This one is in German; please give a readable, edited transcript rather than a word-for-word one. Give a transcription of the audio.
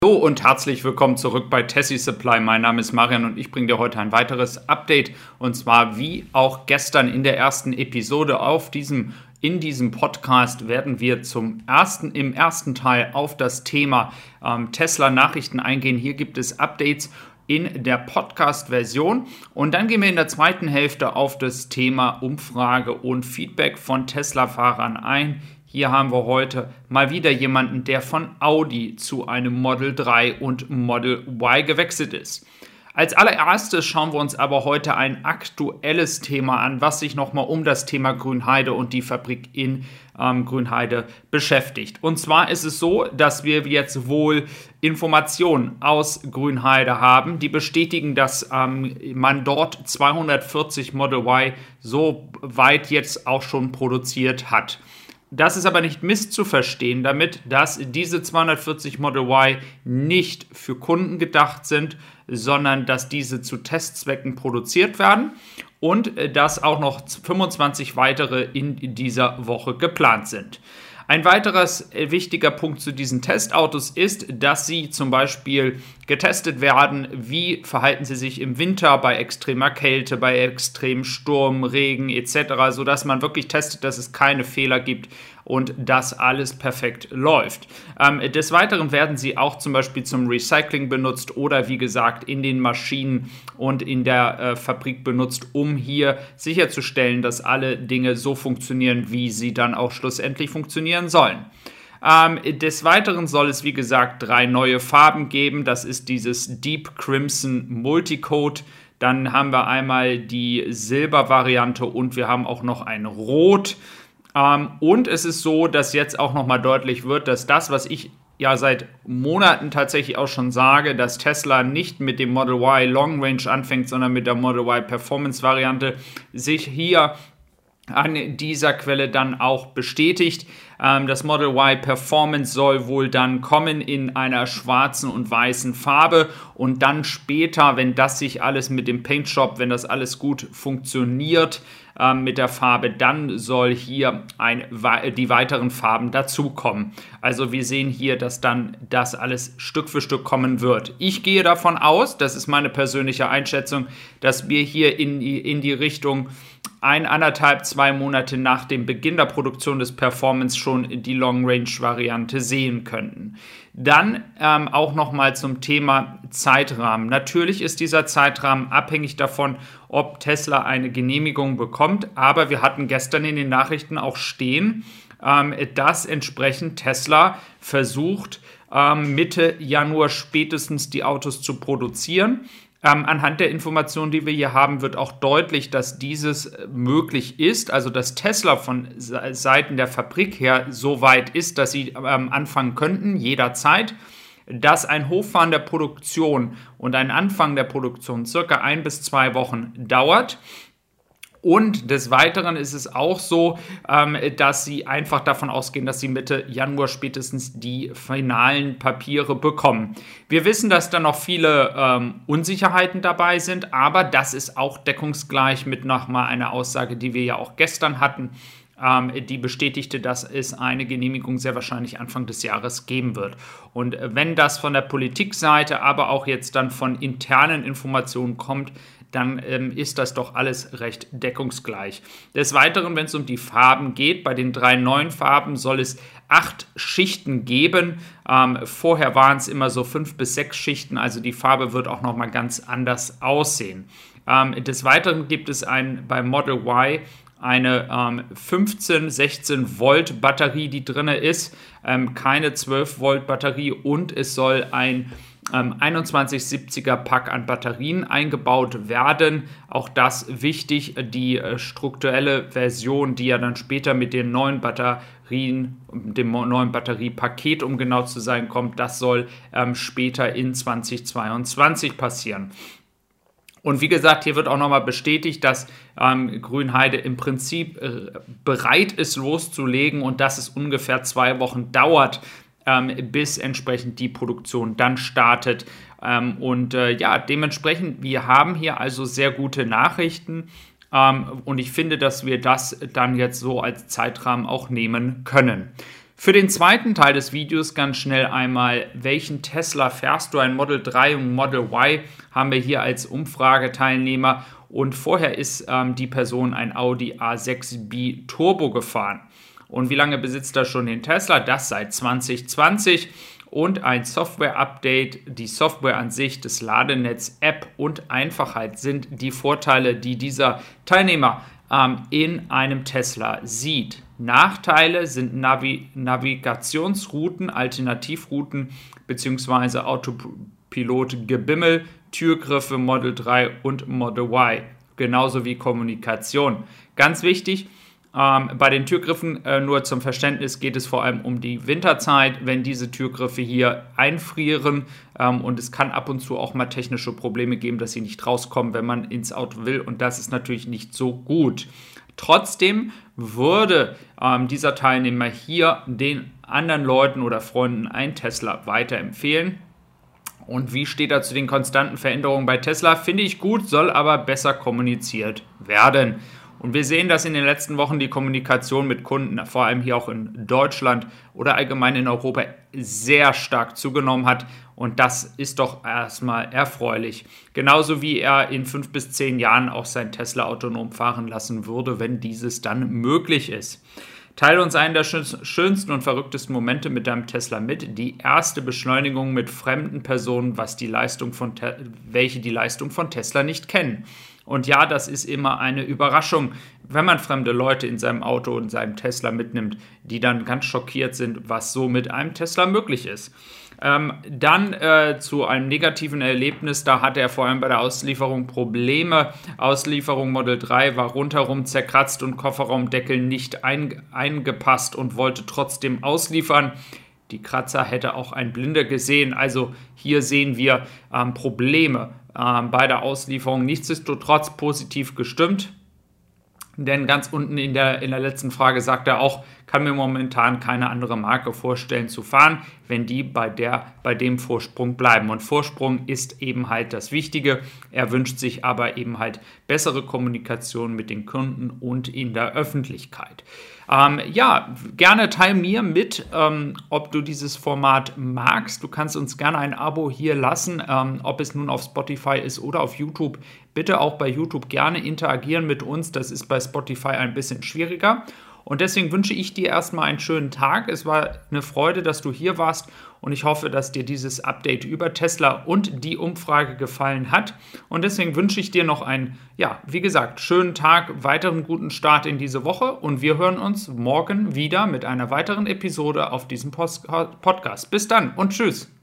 Hallo und herzlich willkommen zurück bei Tessie Supply. Mein Name ist Marian und ich bringe dir heute ein weiteres Update. Und zwar wie auch gestern in der ersten Episode in diesem Podcast werden wir im ersten Teil auf das Thema Tesla-Nachrichten eingehen. Hier gibt es Updates in der Podcast-Version und dann gehen wir in der zweiten Hälfte auf das Thema Umfrage und Feedback von Tesla-Fahrern ein. Hier haben wir heute mal wieder jemanden, der von Audi zu einem Model 3 und Model Y gewechselt ist. Als allererstes schauen wir uns aber heute ein aktuelles Thema an, was sich nochmal um das Thema Grünheide und die Fabrik in Grünheide beschäftigt. Und zwar ist es so, dass wir jetzt wohl Informationen aus Grünheide haben, die bestätigen, dass man dort 240 Model Y so weit jetzt auch schon produziert hat. Das ist aber nicht misszuverstehen damit, dass diese 240 Model Y nicht für Kunden gedacht sind, sondern dass diese zu Testzwecken produziert werden und dass auch noch 25 weitere in dieser Woche geplant sind. Ein weiteres wichtiger Punkt zu diesen Testautos ist, dass sie zum Beispiel getestet werden, wie verhalten sie sich im Winter bei extremer Kälte, bei extremem Sturm, Regen etc., sodass man wirklich testet, dass es keine Fehler gibt und dass alles perfekt läuft. Des Weiteren werden sie auch zum Beispiel zum Recycling benutzt oder wie gesagt in den Maschinen und in der Fabrik benutzt, um hier sicherzustellen, dass alle Dinge so funktionieren, wie sie dann auch schlussendlich funktionieren sollen. Des Weiteren soll es, wie gesagt, 3 neue Farben geben. Das ist dieses Deep Crimson Multicode. Dann haben wir einmal die Silber-Variante und wir haben auch noch ein Rot. Und es ist so, dass jetzt auch nochmal deutlich wird, dass das, was ich ja seit Monaten tatsächlich auch schon sage, dass Tesla nicht mit dem Model Y Long Range anfängt, sondern mit der Model Y Performance Variante, sich hier an dieser Quelle dann auch bestätigt. Das Model Y Performance soll wohl dann kommen in einer schwarzen und weißen Farbe und dann später, wenn das sich alles mit dem Paint Shop, wenn das alles gut funktioniert mit der Farbe, dann soll hier die weiteren Farben dazukommen. Also wir sehen hier, dass dann das alles Stück für Stück kommen wird. Ich gehe davon aus, das ist meine persönliche Einschätzung, dass wir hier in die Richtung 1,5, 2 Monate nach dem Beginn der Produktion des Performance schon die Long-Range-Variante sehen könnten. Dann auch nochmal zum Thema Zeitrahmen. Natürlich ist dieser Zeitrahmen abhängig davon, ob Tesla eine Genehmigung bekommt, aber wir hatten gestern in den Nachrichten auch stehen, dass entsprechend Tesla versucht, Mitte Januar spätestens die Autos zu produzieren. Anhand der Informationen, die wir hier haben, wird auch deutlich, dass dieses möglich ist, also dass Tesla von Seiten der Fabrik her so weit ist, dass sie anfangen könnten, jederzeit, dass ein Hochfahren der Produktion und ein Anfang der Produktion circa 1 bis 2 Wochen dauert. Und des Weiteren ist es auch so, dass sie einfach davon ausgehen, dass sie Mitte Januar spätestens die finalen Papiere bekommen. Wir wissen, dass da noch viele Unsicherheiten dabei sind, aber das ist auch deckungsgleich mit nochmal einer Aussage, die wir ja auch gestern hatten, die bestätigte, dass es eine Genehmigung sehr wahrscheinlich Anfang des Jahres geben wird. Und wenn das von der Politikseite, aber auch jetzt dann von internen Informationen kommt, dann ist das doch alles recht deckungsgleich. Des Weiteren, wenn es um die Farben geht, bei den 3 neuen Farben soll es 8 Schichten geben. Vorher waren es immer so 5 bis 6 Schichten, also die Farbe wird auch nochmal ganz anders aussehen. Des Weiteren gibt es beim Model Y eine 15, 16 Volt Batterie, die drin ist, keine 12 Volt Batterie und es soll ein 2170er Pack an Batterien eingebaut werden. Auch das wichtig, die strukturelle Version, die ja dann später mit den neuen Batterien, dem neuen Batteriepaket, um genau zu sein, kommt, das soll später in 2022 passieren. Und wie gesagt, hier wird auch nochmal bestätigt, dass Grünheide im Prinzip bereit ist loszulegen und dass es ungefähr 2 Wochen dauert, bis entsprechend die Produktion dann startet. Dementsprechend, wir haben hier also sehr gute Nachrichten und ich finde, dass wir das dann jetzt so als Zeitrahmen auch nehmen können. Für den zweiten Teil des Videos ganz schnell einmal, welchen Tesla fährst du? Ein Model 3 und Model Y haben wir hier als Umfrageteilnehmer und vorher ist die Person ein Audi A6B Turbo gefahren. Und wie lange besitzt er schon den Tesla? Das seit 2020 und ein Software-Update, die Software an sich, das Ladenetz, App und Einfachheit sind die Vorteile, die dieser Teilnehmer in einem Tesla sieht. Nachteile sind Navigationsrouten, Alternativrouten bzw. Autopilot-Gebimmel, Türgriffe Model 3 und Model Y, genauso wie Kommunikation. Ganz wichtig, bei den Türgriffen nur zum Verständnis geht es vor allem um die Winterzeit, wenn diese Türgriffe hier einfrieren und es kann ab und zu auch mal technische Probleme geben, dass sie nicht rauskommen, wenn man ins Auto will und das ist natürlich nicht so gut. Trotzdem würde dieser Teilnehmer hier den anderen Leuten oder Freunden ein Tesla weiterempfehlen. Und wie steht er zu den konstanten Veränderungen bei Tesla? Finde ich gut, soll aber besser kommuniziert werden. Und wir sehen, dass in den letzten Wochen die Kommunikation mit Kunden, vor allem hier auch in Deutschland oder allgemein in Europa, sehr stark zugenommen hat. Und das ist doch erstmal erfreulich. Genauso wie er in 5 bis 10 Jahren auch sein Tesla autonom fahren lassen würde, wenn dieses dann möglich ist. Teile uns einen der schönsten und verrücktesten Momente mit deinem Tesla mit. Die erste Beschleunigung mit fremden Personen, welche die Leistung von Tesla nicht kennen. Und ja, das ist immer eine Überraschung, wenn man fremde Leute in seinem Auto und seinem Tesla mitnimmt, die dann ganz schockiert sind, was so mit einem Tesla möglich ist. Dann zu einem negativen Erlebnis, da hatte er vor allem bei der Auslieferung Probleme. Auslieferung Model 3 war rundherum zerkratzt und Kofferraumdeckel nicht eingepasst und wollte trotzdem ausliefern. Die Kratzer hätte auch ein Blinder gesehen, also hier sehen wir Probleme bei der Auslieferung. Nichtsdestotrotz positiv gestimmt, denn ganz unten in der letzten Frage sagt er auch, kann mir momentan keine andere Marke vorstellen zu fahren, wenn die bei dem Vorsprung bleiben. Und Vorsprung ist eben halt das Wichtige. Er wünscht sich aber eben halt bessere Kommunikation mit den Kunden und in der Öffentlichkeit. Ja, gerne teil mir mit, ob du dieses Format magst. Du kannst uns gerne ein Abo hier lassen, ob es nun auf Spotify ist oder auf YouTube. Bitte auch bei YouTube gerne interagieren mit uns. Das ist bei Spotify ein bisschen schwieriger. Und deswegen wünsche ich dir erstmal einen schönen Tag. Es war eine Freude, dass du hier warst und ich hoffe, dass dir dieses Update über Tesla und die Umfrage gefallen hat. Und deswegen wünsche ich dir noch einen, ja, wie gesagt, schönen Tag, weiteren guten Start in diese Woche und wir hören uns morgen wieder mit einer weiteren Episode auf diesem Podcast. Bis dann und tschüss.